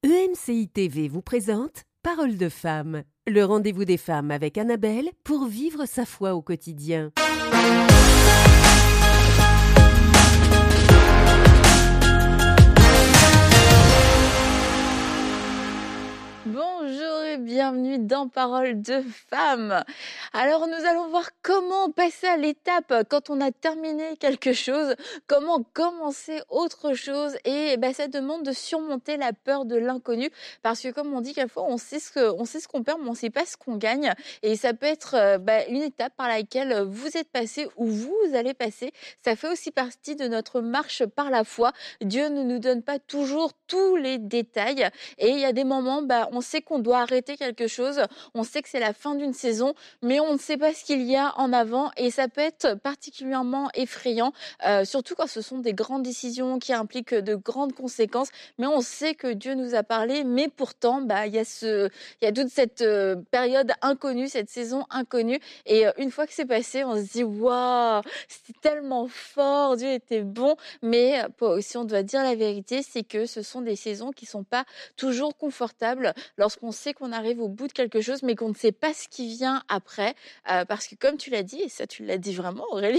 EMCI TV vous présente Parole de femme, le rendez-vous des femmes avec Annabelle pour vivre sa foi au quotidien. Bonjour et bienvenue dans Parole de femme. Alors nous allons voir comment passer à l'étape quand on a terminé quelque chose, comment commencer autre chose et ça demande de surmonter la peur de l'inconnu parce que comme on dit quelquefois on sait ce qu'on perd mais on ne sait pas ce qu'on gagne et ça peut être une étape par laquelle vous êtes passé ou vous allez passer. Ça fait aussi partie de notre marche par la foi. Dieu ne nous donne pas toujours tous les détails et il y a des moments on sait qu'on doit arrêter quelque chose, on sait que c'est la fin d'une saison, mais on ne sait pas ce qu'il y a en avant et ça peut être particulièrement effrayant, surtout quand ce sont des grandes décisions qui impliquent de grandes conséquences, mais on sait que Dieu nous a parlé, mais pourtant, il y a toute cette période inconnue, cette saison inconnue et une fois que c'est passé, on se dit « Waouh, c'était tellement fort, Dieu était bon », mais si on doit dire la vérité, c'est que ce sont des saisons qui ne sont pas toujours confortables lorsqu'on sait qu'on arrive au bout de quelque chose, mais qu'on ne sait pas ce qui vient après, parce que comme tu l'as dit, et ça tu l'as dit vraiment Aurélie,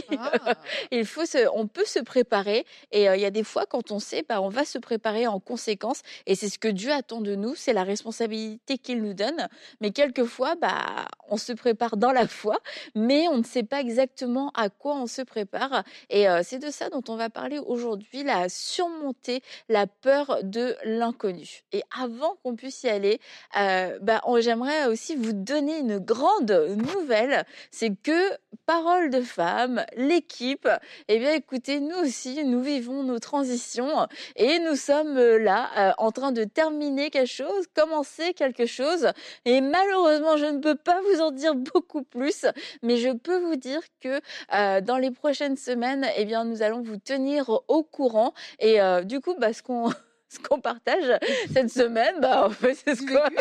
on peut se préparer, et il y a des fois quand on sait, on va se préparer en conséquence, et c'est ce que Dieu attend de nous, c'est la responsabilité qu'il nous donne, mais quelquefois, on se prépare dans la foi, mais on ne sait pas exactement à quoi on se prépare, et c'est de ça dont on va parler aujourd'hui, surmonter la peur de l'inconnu. Et avant qu'on puisse y aller, j'aimerais aussi vous donner une grande nouvelle, c'est que Parole de femme, l'équipe, écoutez, nous aussi, nous vivons nos transitions et nous sommes là en train de terminer quelque chose, commencer quelque chose et malheureusement, je ne peux pas vous en dire beaucoup plus, mais je peux vous dire que dans les prochaines semaines, nous allons vous tenir au courant et du coup, ce qu'on partage cette semaine, en fait, c'est ce qu'on...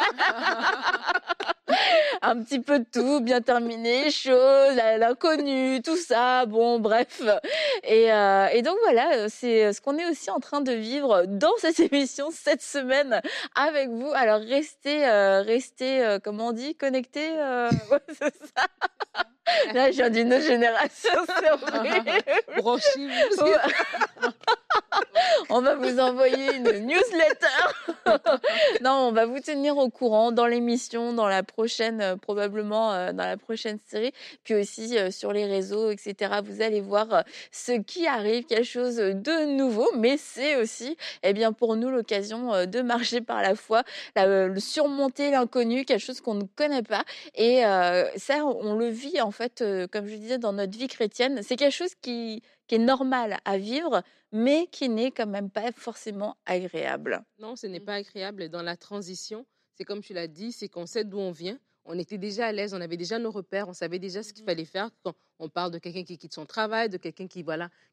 Un petit peu de tout, bien terminé, choses, l'inconnu, tout ça, bon, bref. Et donc voilà, c'est ce qu'on est aussi en train de vivre dans cette émission cette semaine avec vous. Alors restez, comment on dit, connectés, ouais, c'est ça. Là, je viens d'une autre génération, c'est horrible. Branchez-vous. On va vous envoyer une newsletter. Non, on va vous tenir au courant dans l'émission, dans la prochaine, probablement dans la prochaine série, puis aussi sur les réseaux, etc. Vous allez voir ce qui arrive, quelque chose de nouveau, mais c'est aussi, pour nous l'occasion de marcher par la foi, surmonter l'inconnu, quelque chose qu'on ne connaît pas. Et ça, on le vit en fait, comme je disais, dans notre vie chrétienne. C'est quelque chose qui est normal à vivre, mais qui n'est quand même pas forcément agréable. Non, ce n'est pas agréable. Et dans la transition, c'est comme tu l'as dit, c'est qu'on sait d'où on vient. On était déjà à l'aise, on avait déjà nos repères, on savait déjà ce qu'il fallait faire. Quand on parle de quelqu'un qui quitte son travail, de quelqu'un qui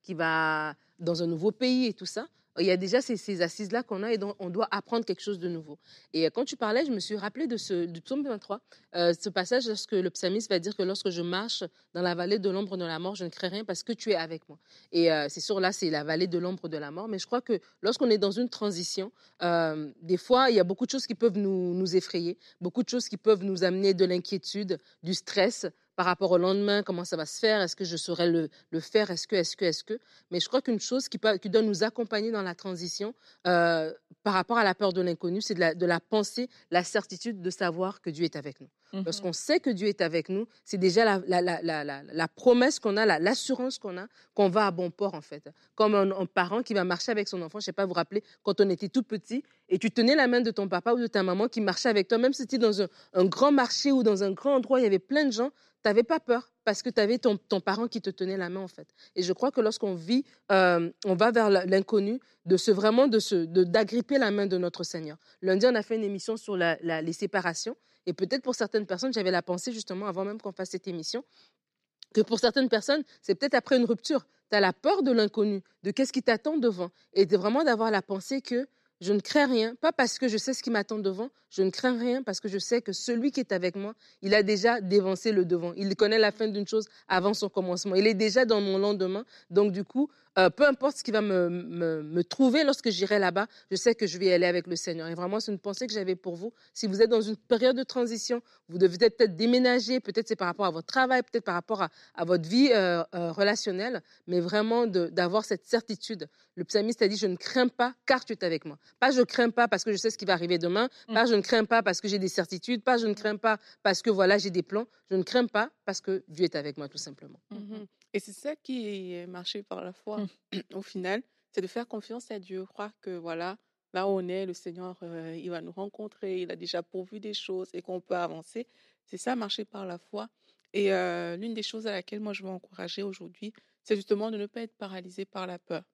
va dans un nouveau pays et tout ça, il y a déjà ces assises-là qu'on a et dont on doit apprendre quelque chose de nouveau. Et quand tu parlais, je me suis rappelée du psaume 23, ce passage lorsque le psalmiste va dire que lorsque je marche dans la vallée de l'ombre de la mort, je ne crains rien parce que tu es avec moi. Et c'est sûr, là, c'est la vallée de l'ombre de la mort. Mais je crois que lorsqu'on est dans une transition, des fois, il y a beaucoup de choses qui peuvent nous effrayer, beaucoup de choses qui peuvent nous amener de l'inquiétude, du stress, par rapport au lendemain, comment ça va se faire, est-ce que je saurais le faire, est-ce que. Mais je crois qu'une chose qui doit nous accompagner dans la transition par rapport à la peur de l'inconnu, c'est de la pensée, la certitude de savoir que Dieu est avec nous. Mm-hmm. Lorsqu'on sait que Dieu est avec nous, c'est déjà la promesse qu'on a, l'assurance qu'on va à bon port en fait. Comme un parent qui va marcher avec son enfant, je ne sais pas, vous vous rappelez, quand on était tout petit, et tu tenais la main de ton papa ou de ta maman qui marchait avec toi, même si tu étais dans un grand marché ou dans un grand endroit, il y avait plein de gens, tu n'avais pas peur parce que tu avais ton parent qui te tenait la main, en fait. Et je crois que lorsqu'on vit, on va vers l'inconnu, d'agripper la main de notre Seigneur. Lundi, on a fait une émission sur les séparations. Et peut-être pour certaines personnes, j'avais la pensée, justement, avant même qu'on fasse cette émission, que pour certaines personnes, c'est peut-être après une rupture. Tu as la peur de l'inconnu, de qu'est-ce qui t'attend devant. Et vraiment d'avoir la pensée que je ne crains rien, pas parce que je sais ce qui m'attend devant, je ne crains rien parce que je sais que celui qui est avec moi, il a déjà dévancé le devant. Il connaît la fin d'une chose avant son commencement. Il est déjà dans mon lendemain. Donc, du coup, peu importe ce qui va me trouver lorsque j'irai là-bas, je sais que je vais y aller avec le Seigneur. Et vraiment, c'est une pensée que j'avais pour vous. Si vous êtes dans une période de transition, vous devez peut-être déménager, peut-être c'est par rapport à votre travail, peut-être par rapport à votre vie relationnelle, mais vraiment d'avoir cette certitude. Le psalmiste a dit, je ne crains pas car tu es avec moi. Pas je ne crains pas parce que je sais ce qui va arriver demain, pas je ne crains pas parce que j'ai des certitudes, pas je ne crains pas parce que voilà, j'ai des plans. Je ne crains pas parce que Dieu est avec moi, tout simplement. Et c'est ça qui est marché par la foi, au final, c'est de faire confiance à Dieu, croire que voilà, là où on est, le Seigneur, il va nous rencontrer, il a déjà pourvu des choses et qu'on peut avancer. C'est ça, marcher par la foi. Et l'une des choses à laquelle moi je veux encourager aujourd'hui, c'est justement de ne pas être paralysé par la peur.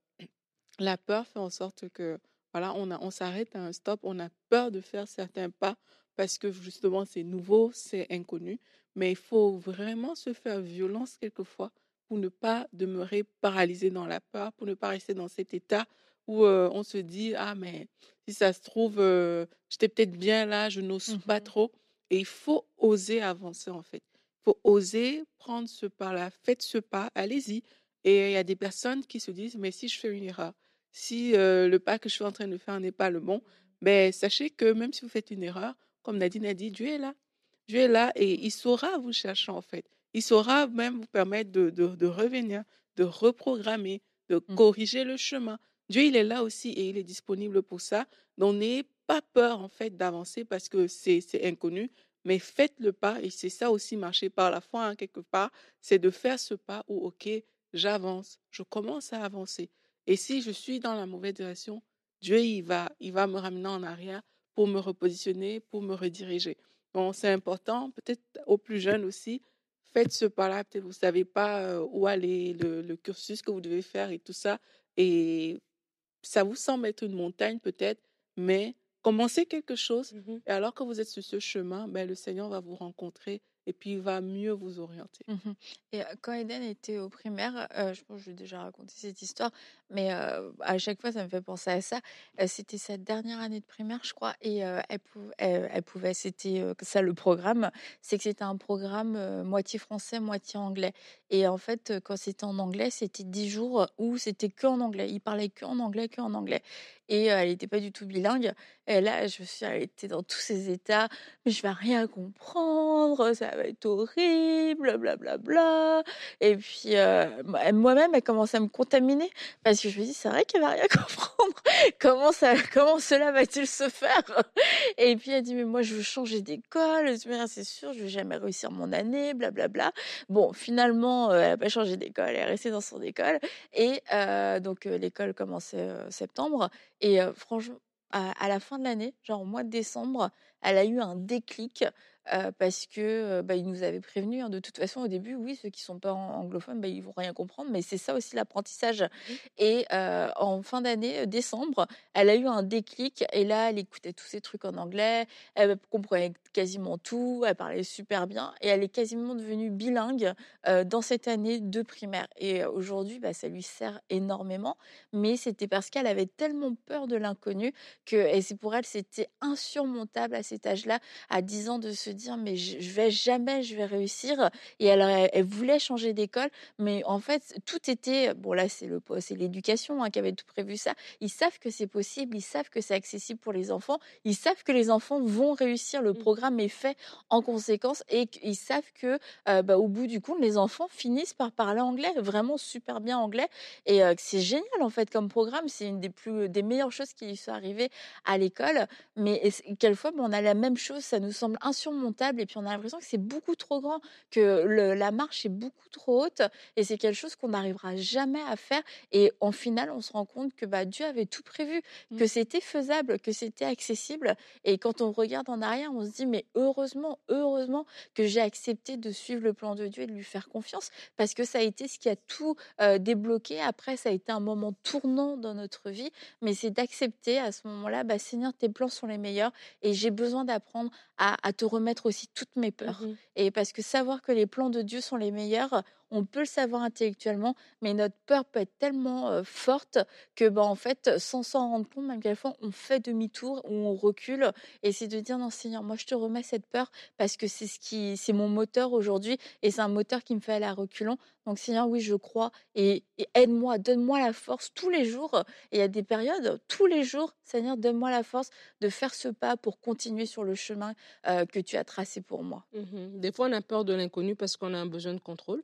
La peur fait en sorte que, voilà, on s'arrête à un stop, on a peur de faire certains pas parce que justement c'est nouveau, c'est inconnu. Mais il faut vraiment se faire violence quelquefois pour ne pas demeurer paralysé dans la peur, pour ne pas rester dans cet état où on se dit, ah, mais si ça se trouve, j'étais peut-être bien là, je n'ose pas trop. Et il faut oser avancer en fait. Il faut oser prendre ce pas-là, faites ce pas, allez-y. Et il y a des personnes qui se disent, mais si je fais une erreur, si le pas que je suis en train de faire n'est pas le bon, ben, sachez que même si vous faites une erreur, comme Nadine a dit, Dieu est là. Dieu est là et il saura vous chercher en fait. Il saura même vous permettre de revenir, de reprogrammer, de corriger le chemin. Dieu, il est là aussi et il est disponible pour ça. Donc, n'ayez pas peur en fait d'avancer parce que c'est inconnu, mais faites le pas et c'est ça aussi marcher par la foi, hein, quelque part, c'est de faire ce pas où, ok, j'avance, je commence à avancer. Et si je suis dans la mauvaise direction, Dieu, il va me ramener en arrière pour me repositionner, pour me rediriger. Donc, c'est important, peut-être aux plus jeunes aussi, faites ce pas-là. Peut-être vous ne savez pas où aller, le cursus que vous devez faire et tout ça. Et ça vous semble être une montagne peut-être, mais commencez quelque chose. Et alors que vous êtes sur ce chemin, ben, le Seigneur va vous rencontrer et puis il va mieux vous orienter. Et quand Eden était au primaire, je pense que j'ai déjà raconté cette histoire, mais à chaque fois, ça me fait penser à ça. C'était sa dernière année de primaire, je crois, et elle pouvait, c'était ça le programme, c'est que c'était un programme moitié français, moitié anglais. Et en fait, quand c'était en anglais, c'était 10 jours où c'était que en anglais. Il parlait que en anglais, que en anglais. Et elle n'était pas du tout bilingue. Et là, elle était dans tous ses états. Mais je vais rien comprendre, ça va être horrible, blablabla. Et puis, moi-même, elle commence à me contaminer parce que je me dis, c'est vrai qu'elle va rien comprendre. Comment cela va-t-il se faire? Et puis, elle dit, mais moi, je veux changer d'école. Je dis, mais c'est sûr, je vais jamais réussir mon année, blablabla. Bon, finalement, elle a pas changé d'école, elle est restée dans son école. Et donc, l'école commençait septembre. Et franchement, à la fin de l'année, genre au mois de décembre, elle a eu un déclic parce que il nous avait prévenu, hein, de toute façon au début, oui, ceux qui sont pas anglophones, ils vont rien comprendre, mais c'est ça aussi l'apprentissage. Et en fin d'année, décembre, elle a eu un déclic et là, elle écoutait tous ces trucs en anglais, elle comprenait quasiment tout, elle parlait super bien et elle est quasiment devenue bilingue dans cette année de primaire. Et aujourd'hui, ça lui sert énormément, mais c'était parce qu'elle avait tellement peur de l'inconnu et c'est pour elle, c'était insurmontable à cet âge-là, à 10 ans, de se dire mais je vais jamais, je vais réussir. Et elle voulait changer d'école, mais en fait tout était bon. Là, c'est l'éducation, hein, qui avait tout prévu ça. Ils savent que c'est possible, ils savent que c'est accessible pour les enfants, ils savent que les enfants vont réussir. Le programme est fait en conséquence et ils savent que au bout du compte, les enfants finissent par parler anglais, vraiment super bien anglais. Et c'est génial en fait comme programme. C'est une des meilleures choses qui lui sont arrivées à l'école. Mais quelquefois, on a la même chose, ça nous semble insurmontable et puis on a l'impression que c'est beaucoup trop grand, que la marche est beaucoup trop haute et c'est quelque chose qu'on n'arrivera jamais à faire. Et en final, on se rend compte que Dieu avait tout prévu, que c'était faisable, que c'était accessible. Et quand on regarde en arrière, on se dit mais heureusement que j'ai accepté de suivre le plan de Dieu et de lui faire confiance, parce que ça a été ce qui a tout débloqué. Après, ça a été un moment tournant dans notre vie, mais c'est d'accepter à ce moment-là, Seigneur, tes plans sont les meilleurs et j'ai besoin d'apprendre à te remettre aussi toutes mes peurs. Et parce que savoir que les plans de Dieu sont les meilleurs, on peut le savoir intellectuellement, mais notre peur peut être tellement forte que, en fait, sans s'en rendre compte, même quelquefois, on fait demi-tour ou on recule. Et c'est de dire, non, Seigneur, moi, je te remets cette peur parce que c'est mon moteur aujourd'hui et c'est un moteur qui me fait aller à reculons. Donc, Seigneur, oui, je crois et aide-moi, donne-moi la force tous les jours. Et il y a des périodes, tous les jours, Seigneur, donne-moi la force de faire ce pas pour continuer sur le chemin que tu as tracé pour moi. Des fois, on a peur de l'inconnu parce qu'on a un besoin de contrôle.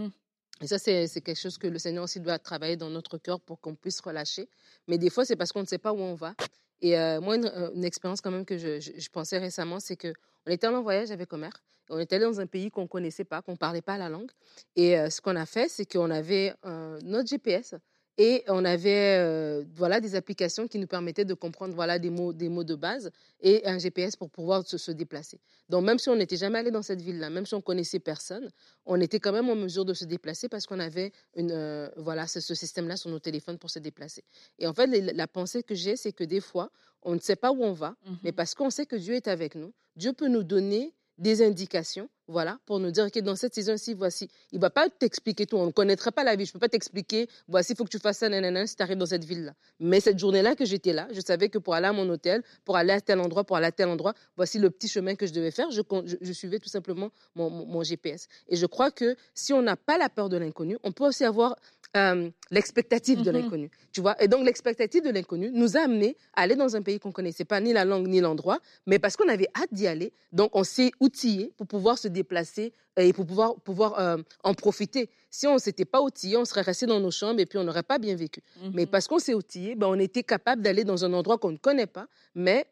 Et ça, c'est quelque chose que le Seigneur aussi doit travailler dans notre cœur pour qu'on puisse relâcher. Mais des fois, c'est parce qu'on ne sait pas où on va. Et moi, une expérience quand même que je pensais récemment, c'est qu'on était en voyage avec Omer. On était allé dans un pays qu'on ne connaissait pas, qu'on ne parlait pas la langue. Et ce qu'on a fait, c'est qu'on avait notre GPS et on avait voilà, des applications qui nous permettaient de comprendre voilà, des mots de base et un GPS pour pouvoir se déplacer. Donc, même si on n'était jamais allé dans cette ville-là, même si on ne connaissait personne, on était quand même en mesure de se déplacer parce qu'on avait voilà, ce système-là sur nos téléphones pour se déplacer. Et en fait, la pensée que j'ai, c'est que des fois, on ne sait pas où on va, mais parce qu'on sait que Dieu est avec nous, Dieu peut nous donner des indications, voilà, pour nous dire que dans cette saison-ci, voici, il ne va pas t'expliquer tout, on ne connaîtra pas la vie, je ne peux pas t'expliquer, voici, il faut que tu fasses ça, nanana, si tu arrives dans cette ville-là. Mais cette journée-là que j'étais là, je savais que pour aller à mon hôtel, pour aller à tel endroit, pour aller à tel endroit, voici le petit chemin que je devais faire, je suivais tout simplement mon GPS. Et je crois que si on n'a pas la peur de l'inconnu, on peut aussi avoir l'expectative de l'inconnu, tu vois. Et donc, l'expectative de l'inconnu nous a amené à aller dans un pays qu'on ne connaissait pas, ni la langue, ni l'endroit, mais parce qu'on avait hâte d'y aller. Donc, on s'est outillé pour pouvoir se déplacer et pour pouvoir en profiter. Si on ne s'était pas outillé, on serait resté dans nos chambres et puis on n'aurait pas bien vécu. Mais parce qu'on s'est outillé, on était capable d'aller dans un endroit qu'on ne connaît pas, mais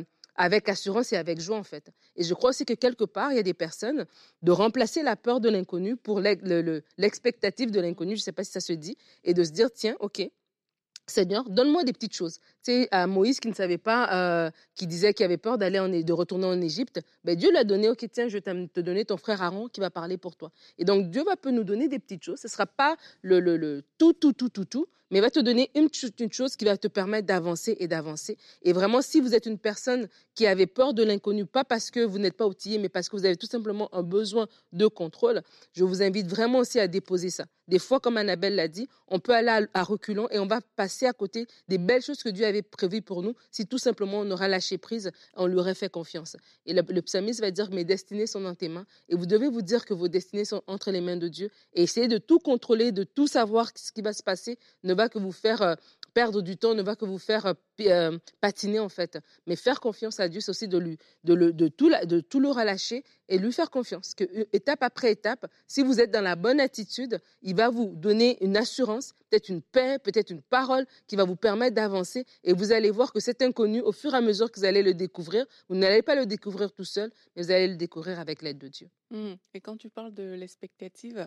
avec assurance et avec joie, en fait. Et je crois aussi que quelque part, il y a des personnes de remplacer la peur de l'inconnu pour l'expectative de l'inconnu, je ne sais pas si ça se dit, et de se dire, tiens, OK, Seigneur, donne-moi des petites choses. Tu sais, à Moïse qui ne savait pas, qui disait qu'il avait peur de retourner en Égypte, Dieu lui a donné, OK, tiens, je vais te donner ton frère Aaron qui va parler pour toi. Et donc, Dieu peut nous donner des petites choses. Ce ne sera pas le tout, mais il va te donner une chose qui va te permettre d'avancer et d'avancer. Et vraiment, si vous êtes une personne qui avait peur de l'inconnu, pas parce que vous n'êtes pas outillé, mais parce que vous avez tout simplement un besoin de contrôle, je vous invite vraiment aussi à déposer ça. Des fois, comme Annabelle l'a dit, on peut aller à reculons et on va passer à côté des belles choses que Dieu avait prévues pour nous si tout simplement on aura lâché prise, on lui aurait fait confiance. Et le psalmiste va dire, mes destinées sont dans tes mains. Et vous devez vous dire que vos destinées sont entre les mains de Dieu. Et essayer de tout contrôler, de tout savoir ce qui va se passer, ne va que vous faire perdre du temps, ne va que vous faire patiner en fait. Mais faire confiance à Dieu, c'est aussi de tout le relâcher et lui faire confiance. Que étape après étape, si vous êtes dans la bonne attitude, il va vous donner une assurance, peut-être une paix, peut-être une parole qui va vous permettre d'avancer. Et vous allez voir que cet inconnu, au fur et à mesure que vous allez le découvrir, vous n'allez pas le découvrir tout seul, mais vous allez le découvrir avec l'aide de Dieu. Et quand tu parles de l'expectative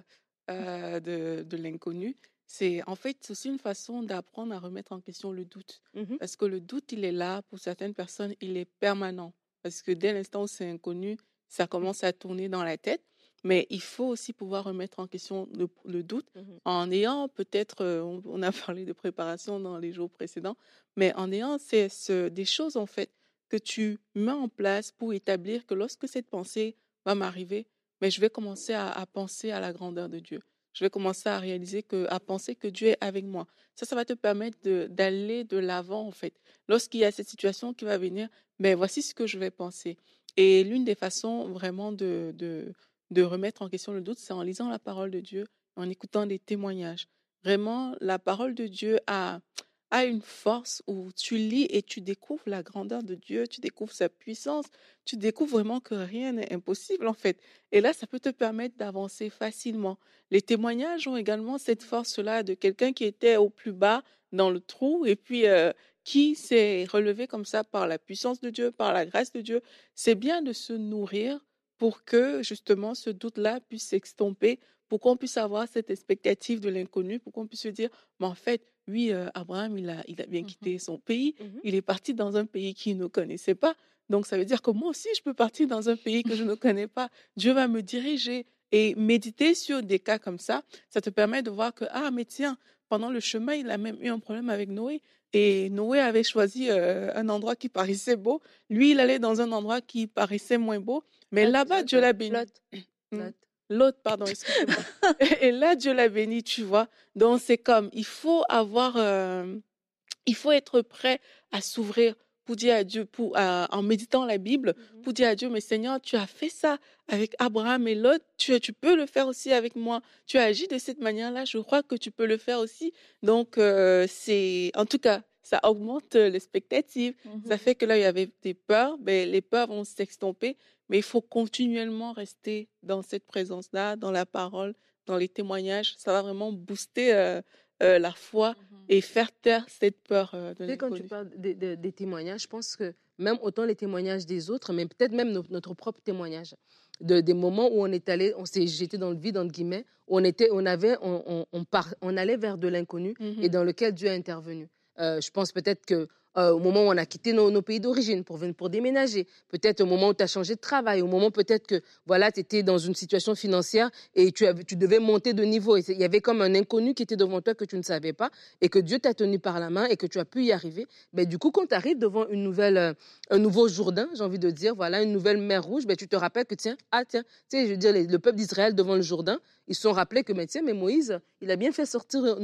de l'inconnu, c'est aussi une façon d'apprendre à remettre en question le doute. Parce que le doute, il est là, pour certaines personnes, il est permanent. Parce que dès l'instant où c'est inconnu, ça commence à tourner dans la tête. Mais il faut aussi pouvoir remettre en question le doute en ayant peut-être, on a parlé de préparation dans les jours précédents, mais en ayant des choses en fait que tu mets en place pour établir que lorsque cette pensée va m'arriver, mais je vais commencer à penser à la grandeur de Dieu. Je vais commencer à à penser que Dieu est avec moi. Ça va te permettre d'aller de l'avant, en fait. Lorsqu'il y a cette situation qui va venir, voici ce que je vais penser. Et l'une des façons vraiment de remettre en question le doute, c'est en lisant la parole de Dieu, en écoutant des témoignages. Vraiment, la parole de Dieu a une force où tu lis et tu découvres la grandeur de Dieu, tu découvres sa puissance, tu découvres vraiment que rien n'est impossible en fait. Et là, ça peut te permettre d'avancer facilement. Les témoignages ont également cette force-là de quelqu'un qui était au plus bas dans le trou et puis qui s'est relevé comme ça par la puissance de Dieu, par la grâce de Dieu. C'est bien de se nourrir pour que justement ce doute-là puisse s'estomper, pour qu'on puisse avoir cette expectative de l'inconnu, pour qu'on puisse se dire, mais en fait, oui, Abraham, il a bien quitté son pays, il est parti dans un pays qu'il ne connaissait pas, donc ça veut dire que moi aussi, je peux partir dans un pays que je ne connais pas. Dieu va me diriger et méditer sur des cas comme ça te permet de voir que, mais tiens, pendant le chemin, il a même eu un problème avec Noé. Et Noé avait choisi un endroit qui paraissait beau. Lui, il allait dans un endroit qui paraissait moins beau. Mais là-bas, Dieu l'a béni. L'autre, pardon, excusez-moi. Et là, Dieu l'a béni, tu vois. Donc, c'est comme, il faut être prêt à s'ouvrir pour dire à Dieu, en méditant la Bible, pour dire à Dieu, mais Seigneur, tu as fait ça avec Abraham et l'autre, tu peux le faire aussi avec moi. Tu as agi de cette manière-là, je crois que tu peux le faire aussi. Donc, en tout cas, ça augmente l'expectative. Ça fait que là, il y avait des peurs, mais les peurs vont s'estomper, mais il faut continuellement rester dans cette présence-là, dans la parole, dans les témoignages. Ça va vraiment booster la foi et faire taire cette peur de Tu sais, quand tu l'inconnu. parles des témoignages, je pense que même autant les témoignages des autres, mais peut-être même notre propre témoignage. Des moments où on est allé, on s'est jeté dans le vide, entre guillemets, où on allait vers de l'inconnu et dans lequel Dieu est intervenu. Je pense peut-être que au moment où on a quitté nos pays d'origine pour déménager, peut-être au moment où tu as changé de travail, au moment peut-être que voilà, tu étais dans une situation financière et tu devais monter de niveau. Il y avait comme un inconnu qui était devant toi que tu ne savais pas et que Dieu t'a tenu par la main et que tu as pu y arriver. Ben, du coup, quand tu arrives devant un nouveau Jourdain, j'ai envie de dire, voilà, une nouvelle mer Rouge, ben, tu te rappelles que tiens, tu sais, je veux dire, le peuple d'Israël devant le Jourdain, ils se sont rappelés que, mais tiens, mais Moïse, il a bien fait sortir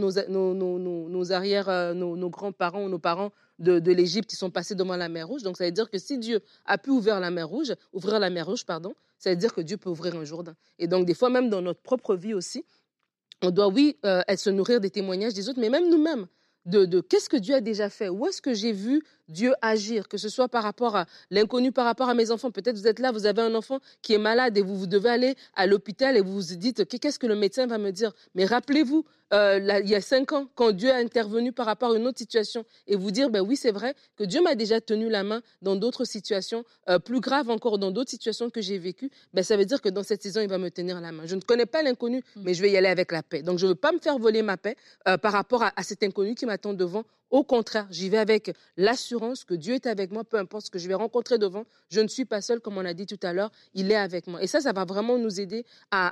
nos grands-parents, nos parents de l'Égypte qui sont passés devant la mer Rouge. Donc, ça veut dire que si Dieu a pu ouvrir la mer Rouge, pardon, ça veut dire que Dieu peut ouvrir un Jourdain. Et donc, des fois, même dans notre propre vie aussi, on doit, oui, se nourrir des témoignages des autres, mais même nous-mêmes, de qu'est-ce que Dieu a déjà fait, où est-ce que j'ai vu Dieu agir, que ce soit par rapport à l'inconnu, par rapport à mes enfants. Peut-être vous êtes là, vous avez un enfant qui est malade et vous devez aller à l'hôpital et vous vous dites, qu'est-ce que le médecin va me dire? Mais rappelez-vous, il y a 5 ans, quand Dieu a intervenu par rapport à une autre situation et vous dire, ben oui, c'est vrai que Dieu m'a déjà tenu la main dans d'autres situations, plus graves encore, dans d'autres situations que j'ai vécues, ben ça veut dire que dans cette saison, il va me tenir la main. Je ne connais pas l'inconnu, mais je vais y aller avec la paix. Donc, je ne veux pas me faire voler ma paix par rapport à cet inconnu qui m'attend devant. Au contraire, j'y vais avec l'assurance que Dieu est avec moi, peu importe ce que je vais rencontrer devant. Je ne suis pas seule, comme on a dit tout à l'heure, il est avec moi. Et ça va vraiment nous aider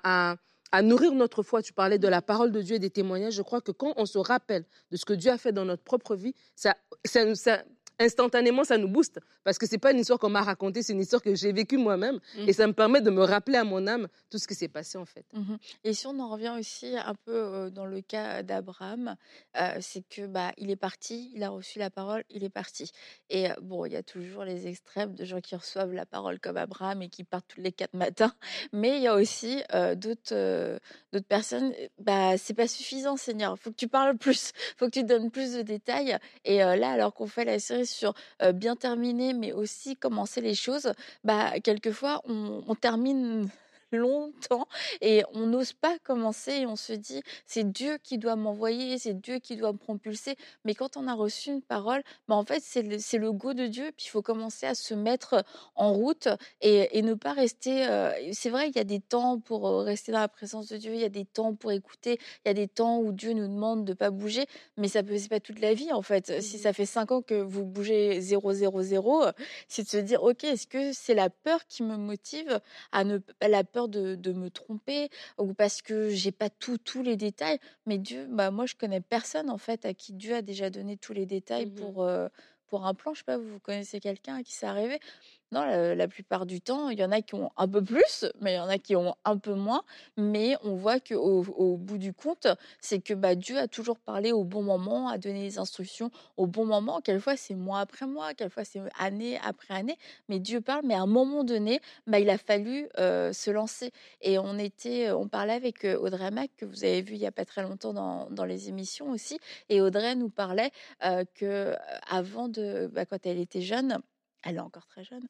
à nourrir notre foi. Tu parlais de la parole de Dieu et des témoignages. Je crois que quand on se rappelle de ce que Dieu a fait dans notre propre vie, instantanément, ça nous booste. Parce que ce n'est pas une histoire qu'on m'a racontée, c'est une histoire que j'ai vécue moi-même. Et ça me permet de me rappeler à mon âme tout ce qui s'est passé en fait. Et si on en revient aussi un peu dans le cas d'Abraham, c'est que il est parti, il a reçu la parole, il est parti. Et bon, il y a toujours les extrêmes de gens qui reçoivent la parole comme Abraham et qui partent tous les 4 matins. Mais il y a aussi d'autres personnes, c'est pas suffisant, Seigneur. Il faut que tu parles plus, il faut que tu donnes plus de détails. Et là, alors qu'on fait la série sur bien terminer, mais aussi commencer les choses, quelquefois, on termine longtemps et on n'ose pas commencer et on se dit c'est Dieu qui doit m'envoyer, c'est Dieu qui doit me propulser. Mais quand on a reçu une parole, en fait c'est le go de Dieu, puis il faut commencer à se mettre en route et ne pas rester. C'est vrai, il y a des temps pour rester dans la présence de Dieu, il y a des temps pour écouter, il y a des temps où Dieu nous demande de pas bouger, mais c'est pas toute la vie en fait. Si ça fait 5 ans que vous bougez 0, 0, 0, c'est de se dire ok, est-ce que c'est la peur qui me motive à ne la peur de me tromper ou parce que j'ai pas tous les détails, mais Dieu, moi je connais personne en fait à qui Dieu a déjà donné tous les détails pour un plan. Je sais pas, vous connaissez quelqu'un à qui c'est arrivé? Non, la plupart du temps, il y en a qui ont un peu plus, mais il y en a qui ont un peu moins. Mais on voit qu'au bout du compte, c'est que Dieu a toujours parlé au bon moment, a donné les instructions au bon moment. Quelquefois, c'est mois après mois, quelquefois, c'est année après année. Mais Dieu parle, mais à un moment donné, il a fallu se lancer. Et on parlait avec Audrey Mac, que vous avez vu il n'y a pas très longtemps dans les émissions aussi. Et Audrey nous parlait que avant quand elle était jeune, elle est encore très jeune.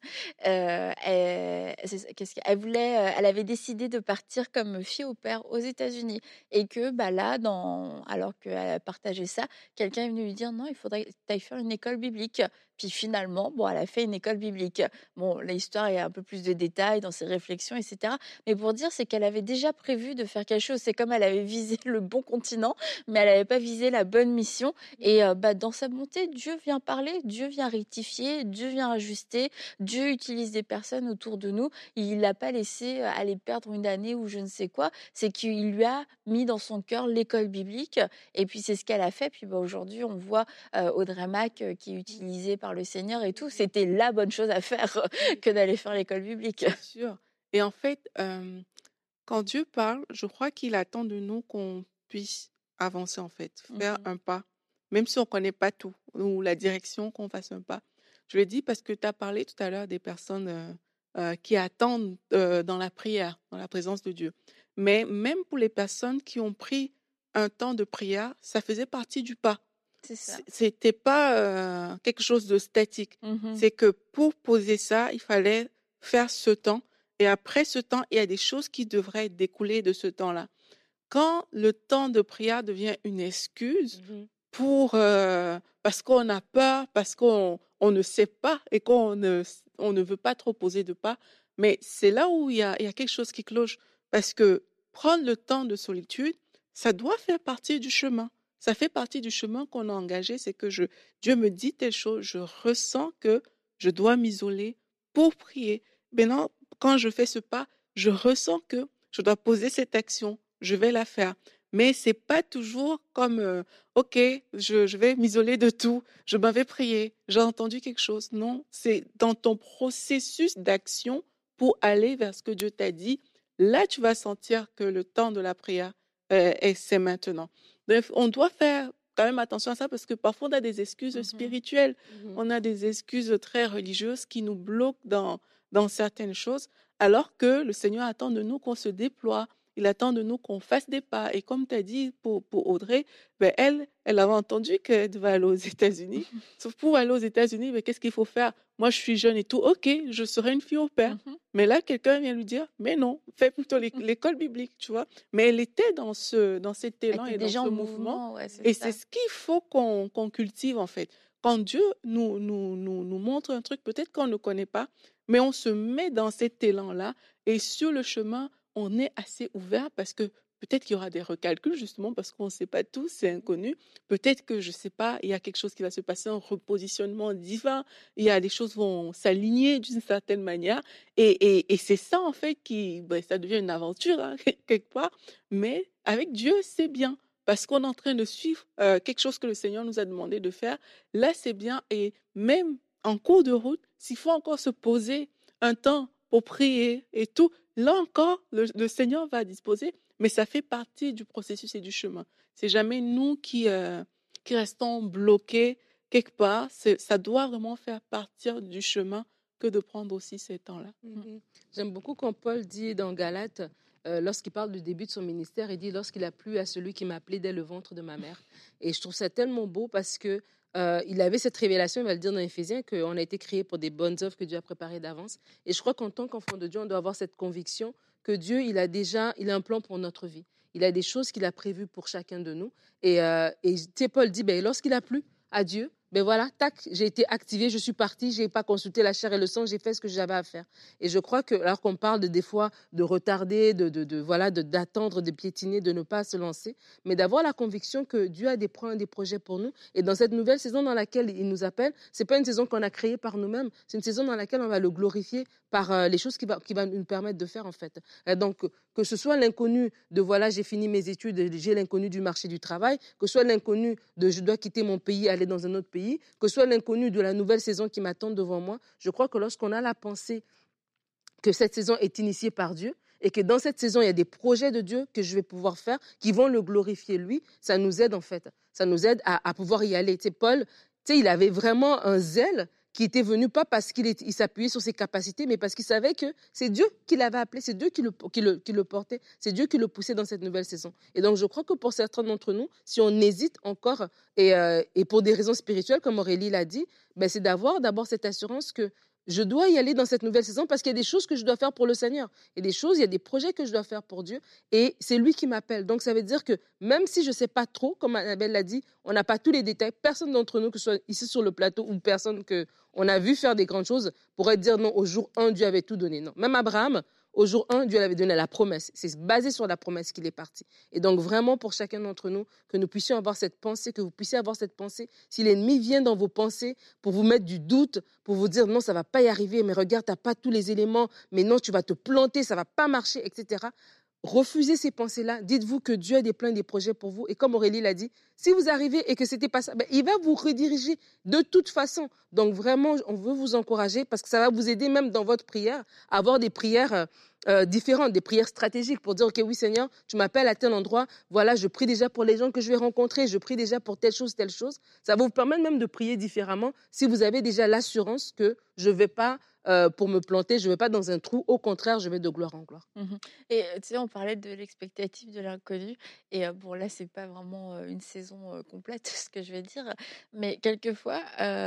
Elle avait décidé de partir comme fille au père aux États-Unis et que là, alors qu'elle partageait ça, quelqu'un est venu lui dire non, il faudrait que tu ailles faire une école biblique. Puis finalement, elle a fait une école biblique. Bon, l'histoire, il y a un peu plus de détails dans ses réflexions, etc. Mais pour dire, c'est qu'elle avait déjà prévu de faire quelque chose. C'est comme elle avait visé le bon continent, mais elle n'avait pas visé la bonne mission. Et dans sa bonté, Dieu vient parler, Dieu vient rectifier, Dieu vient ajuster, Dieu utilise des personnes autour de nous. Il l'a pas laissé aller perdre une année ou je ne sais quoi. C'est qu'il lui a mis dans son cœur l'école biblique. Et puis c'est ce qu'elle a fait. Puis aujourd'hui, on voit Audrey Mac qui est utilisée par le Seigneur et tout. C'était la bonne chose à faire que d'aller faire l'école biblique. C'est sûr. Et en fait, Quand Dieu parle, je crois qu'il attend de nous qu'on puisse avancer, en fait, faire un pas, même si on ne connaît pas tout, ou la direction, qu'on fasse un pas. Je le dis parce que tu as parlé tout à l'heure des personnes qui attendent dans la prière, dans la présence de Dieu. Mais même pour les personnes qui ont pris un temps de prière, ça faisait partie du pas. C'est ça. C'était pas quelque chose de statique. C'est que pour poser ça, il fallait faire ce temps. Et après ce temps, il y a des choses qui devraient découler de ce temps-là. Quand le temps de prière devient une excuse pour parce qu'on a peur, parce qu'on ne sait pas et on ne veut pas trop poser de pas, mais c'est là où il y a quelque chose qui cloche. Parce que prendre le temps de solitude, ça doit faire partie du chemin. Ça fait partie du chemin qu'on a engagé, c'est que Dieu me dit telle chose, je ressens que je dois m'isoler pour prier. Maintenant, quand je fais ce pas, je ressens que je dois poser cette action, je vais la faire. Mais c'est pas toujours comme OK, je vais m'isoler de tout, je m'en vais prier, j'ai entendu quelque chose. Non, c'est dans ton processus d'action pour aller vers ce que Dieu t'a dit. Là, tu vas sentir que le temps de la prière, c'est maintenant. Bref, on doit faire quand même attention à ça parce que parfois on a des excuses spirituelles, on a des excuses très religieuses qui nous bloquent dans certaines choses, alors que le Seigneur attend de nous qu'on se déploie, il attend de nous qu'on fasse des pas. Et comme tu as dit pour Audrey, ben elle avait entendu qu'elle devait aller aux États-Unis. Sauf pour aller aux États-Unis, ben qu'est-ce qu'il faut faire? Moi, je suis jeune et tout. OK, je serai une fille au père. Mais là, quelqu'un vient lui dire, mais non, fais plutôt l'école biblique, tu vois. Mais elle était dans cet élan et dans ce mouvement. Ouais, Et ça. c'est ce qu'il faut qu'on cultive, en fait. Quand Dieu nous montre un truc, peut-être qu'on ne connaît pas, mais on se met dans cet élan-là. Et sur le chemin, on est assez ouvert parce que peut-être qu'il y aura des recalculs, justement, parce qu'on ne sait pas tout, c'est inconnu. Peut-être que, je ne sais pas, il y a quelque chose qui va se passer, un repositionnement divin. Il y a des choses qui vont s'aligner d'une certaine manière. Et c'est ça, en fait, ça devient une aventure, hein, quelque part. Mais avec Dieu, c'est bien. Parce qu'on est en train de suivre quelque chose que le Seigneur nous a demandé de faire. Là, c'est bien. Et même en cours de route, s'il faut encore se poser un temps pour prier et tout, là encore, le Seigneur va disposer, mais ça fait partie du processus et du chemin. C'est jamais nous qui restons bloqués quelque part. Ça doit vraiment faire partir du chemin que de prendre aussi ces temps-là. J'aime beaucoup quand Paul dit dans Galates, lorsqu'il parle du début de son ministère, il dit « Lorsqu'il a plu à celui qui m'a appelé dès le ventre de ma mère ». Et je trouve ça tellement beau parce que il avait cette révélation, il va le dire dans Éphésiens, qu'on a été créé pour des bonnes œuvres que Dieu a préparées d'avance. Et je crois qu'en tant qu'enfant de Dieu, on doit avoir cette conviction que Dieu, il a un plan pour notre vie. Il a des choses qu'il a prévues pour chacun de nous. Et Paul dit, lorsqu'il a plu à Dieu, voilà, tac, j'ai été activé, je suis parti, je n'ai pas consulté la chair et le sang, j'ai fait ce que j'avais à faire. Et je crois que, alors qu'on parle des fois de retarder, d'attendre, de piétiner, de ne pas se lancer, mais d'avoir la conviction que Dieu a des projets pour nous. Et dans cette nouvelle saison dans laquelle il nous appelle, ce n'est pas une saison qu'on a créée par nous-mêmes, c'est une saison dans laquelle on va le glorifier par les choses qu'il va nous permettre de faire, en fait. Et donc, que ce soit l'inconnu de, voilà, j'ai fini mes études, j'ai l'inconnu du marché du travail, que ce soit l'inconnu de, je dois quitter mon pays, aller dans un autre pays, que ce soit l'inconnu de la nouvelle saison qui m'attend devant moi, je crois que lorsqu'on a la pensée que cette saison est initiée par Dieu et que dans cette saison, il y a des projets de Dieu que je vais pouvoir faire qui vont le glorifier lui, ça nous aide en fait. Ça nous aide à pouvoir y aller. Tu sais, Paul, il avait vraiment un zèle qui était venu pas parce qu'il s'appuyait sur ses capacités, mais parce qu'il savait que c'est Dieu qui l'avait appelé, c'est Dieu qui le portait, c'est Dieu qui le poussait dans cette nouvelle saison. Et donc, je crois que pour certains d'entre nous, si on hésite encore, et pour des raisons spirituelles, comme Aurélie l'a dit, c'est d'avoir d'abord cette assurance que je dois y aller dans cette nouvelle saison parce qu'il y a des choses que je dois faire pour le Seigneur. Il y a des projets que je dois faire pour Dieu et c'est lui qui m'appelle. Donc, ça veut dire que même si je ne sais pas trop, comme Annabelle l'a dit, on n'a pas tous les détails. Personne d'entre nous, que ce soit ici sur le plateau ou personne qu'on a vu faire des grandes choses, pourrait dire non, au jour 1, Dieu avait tout donné. Non. Même Abraham, au jour 1, Dieu lui avait donné la promesse. C'est basé sur la promesse qu'il est parti. Et donc, vraiment, pour chacun d'entre nous, que nous puissions avoir cette pensée, que vous puissiez avoir cette pensée. Si l'ennemi vient dans vos pensées pour vous mettre du doute, pour vous dire non, ça ne va pas y arriver, mais regarde, tu n'as pas tous les éléments, mais non, tu vas te planter, ça ne va pas marcher, etc. Refusez ces pensées-là. Dites-vous que Dieu a des plans et des projets pour vous. Et comme Aurélie l'a dit, si vous arrivez et que ce n'était pas ça, il va vous rediriger de toute façon. Donc vraiment, on veut vous encourager parce que ça va vous aider même dans votre prière à avoir des prières différentes, des prières stratégiques pour dire, OK, oui Seigneur, tu m'appelles à tel endroit, voilà, je prie déjà pour les gens que je vais rencontrer, je prie déjà pour telle chose, telle chose. Ça va vous permettre même de prier différemment si vous avez déjà l'assurance que je ne vais pas pour me planter, je ne vais pas dans un trou, au contraire, je vais de gloire en gloire. Et tu sais, on parlait de l'expectative de l'inconnu. Et bon, là, c'est pas vraiment une saison complète, ce que je vais dire. Mais quelquefois,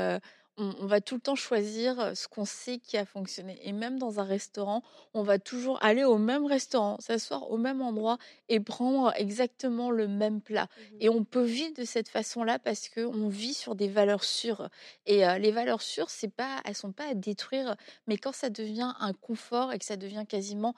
on va tout le temps choisir ce qu'on sait qui a fonctionné. Et même dans un restaurant, on va toujours aller au même restaurant, s'asseoir au même endroit et prendre exactement le même plat. Et on peut vivre de cette façon-là parce qu'on vit sur des valeurs sûres. Et les valeurs sûres, elles sont pas à détruire, mais quand ça devient un confort et que ça devient quasiment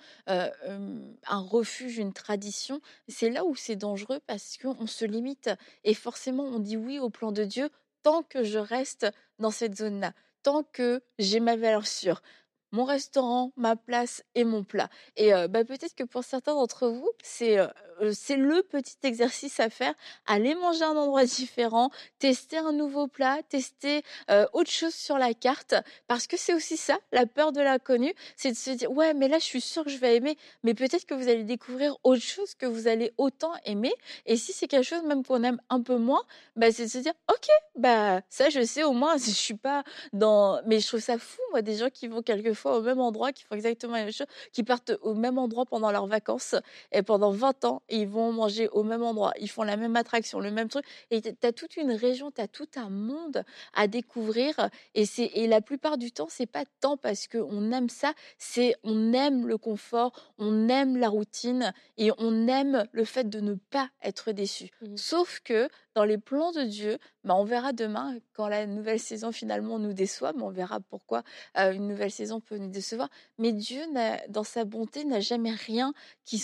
un refuge, une tradition, c'est là où c'est dangereux parce qu'on se limite et forcément on dit oui au plan de Dieu tant que je reste dans cette zone-là, tant que j'ai ma valeur sûre. Mon restaurant, ma place et mon plat. Et peut-être que pour certains d'entre vous, c'est le petit exercice à faire. Aller manger à un endroit différent, tester un nouveau plat, tester autre chose sur la carte. Parce que c'est aussi ça, la peur de l'inconnu. C'est de se dire, ouais, mais là, je suis sûre que je vais aimer. Mais peut-être que vous allez découvrir autre chose que vous allez autant aimer. Et si c'est quelque chose même qu'on aime un peu moins, c'est de se dire, ok, ça, je sais au moins, je suis pas dans... Mais je trouve ça fou, moi, des gens qui vont quelquefois au même endroit, qui font exactement la même chose, qui partent au même endroit pendant leurs vacances et pendant 20 ans, ils vont manger au même endroit, ils font la même attraction, le même truc. Et tu as toute une région, tu as tout un monde à découvrir. Et la plupart du temps, c'est pas tant parce qu'on aime ça, c'est on aime le confort, on aime la routine et on aime le fait de ne pas être déçu. Sauf que dans les plans de Dieu, on verra demain quand la nouvelle saison finalement nous déçoit, mais on verra pourquoi une nouvelle saison peut nous décevoir. Mais Dieu, dans sa bonté, n'a jamais rien qui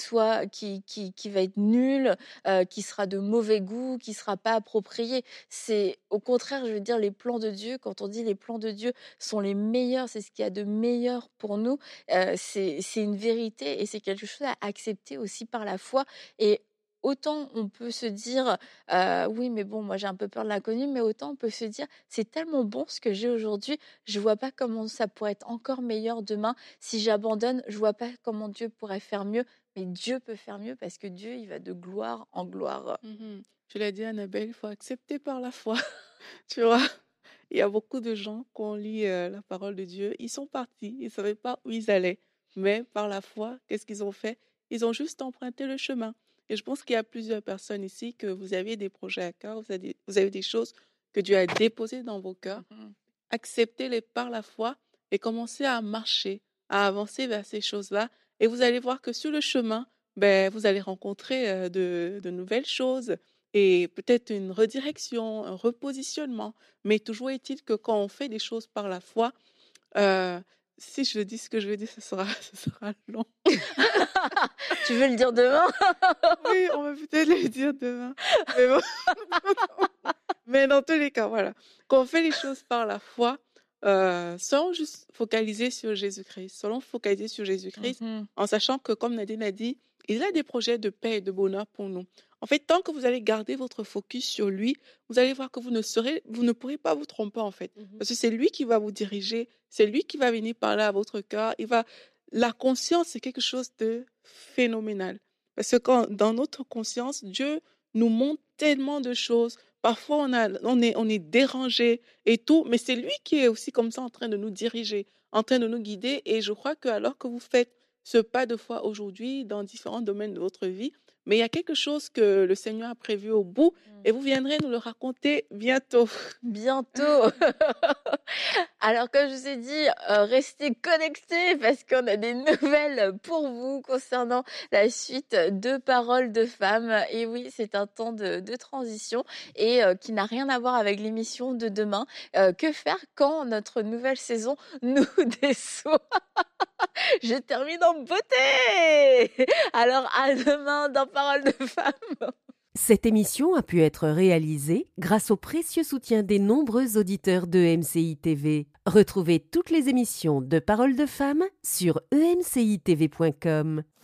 va être nul, qui sera de mauvais goût, qui sera pas approprié. C'est au contraire, je veux dire, les plans de Dieu. Quand on dit les plans de Dieu sont les meilleurs, c'est ce qu'il y a de meilleur pour nous. C'est une vérité et c'est quelque chose à accepter aussi par la foi. Et autant on peut se dire oui, mais bon, moi j'ai un peu peur de l'inconnu, mais autant on peut se dire c'est tellement bon ce que j'ai aujourd'hui, je vois pas comment ça pourrait être encore meilleur demain. Si j'abandonne, je vois pas comment Dieu pourrait faire mieux, mais Dieu peut faire mieux parce que Dieu, il va de gloire en gloire. Tu l'as dit, Annabelle, il faut accepter par la foi. Tu vois, il y a beaucoup de gens qui ont lu la parole de Dieu. Ils sont partis, ils ne savaient pas où ils allaient. Mais par la foi, qu'est-ce qu'ils ont fait? Ils ont juste emprunté le chemin. Et je pense qu'il y a plusieurs personnes ici que vous avez des projets à cœur, vous avez des choses que Dieu a déposées dans vos cœurs. Acceptez-les par la foi et commencez à marcher, à avancer vers ces choses-là. Et vous allez voir que sur le chemin, vous allez rencontrer de nouvelles choses et peut-être une redirection, un repositionnement. Mais toujours est-il que quand on fait des choses par la foi, si je dis ce que je veux dire, ce sera long. Tu veux le dire demain? Oui, on va peut-être le dire demain. Mais bon. Mais dans tous les cas, voilà. Quand on fait les choses par la foi, soyons juste focalisés sur Jésus-Christ. Soyons focalisés sur Jésus-Christ en sachant que, comme Nadine a dit, il a des projets de paix et de bonheur pour nous. En fait, tant que vous allez garder votre focus sur lui, vous allez voir que vous ne pourrez pas vous tromper, en fait. Parce que c'est lui qui va vous diriger, c'est lui qui va venir parler à votre cœur. La conscience, c'est quelque chose de phénoménal. Parce que dans notre conscience, Dieu nous montre tellement de choses. Parfois, on est dérangé et tout, mais c'est lui qui est aussi comme ça en train de nous diriger, en train de nous guider. Et je crois que alors que vous faites ce pas de foi aujourd'hui dans différents domaines de votre vie, mais il y a quelque chose que le Seigneur a prévu au bout et vous viendrez nous le raconter bientôt. Bientôt. Alors, comme je vous ai dit, restez connectés parce qu'on a des nouvelles pour vous concernant la suite de Paroles de femmes. Et oui, c'est un temps de transition et qui n'a rien à voir avec l'émission de demain. Que faire quand notre nouvelle saison nous déçoit? Je termine en beauté. Alors, à demain dans Paroles de femmes. Cette émission a pu être réalisée grâce au précieux soutien des nombreux auditeurs de MCI TV. Retrouvez toutes les émissions de Paroles de femmes sur emcitv.com.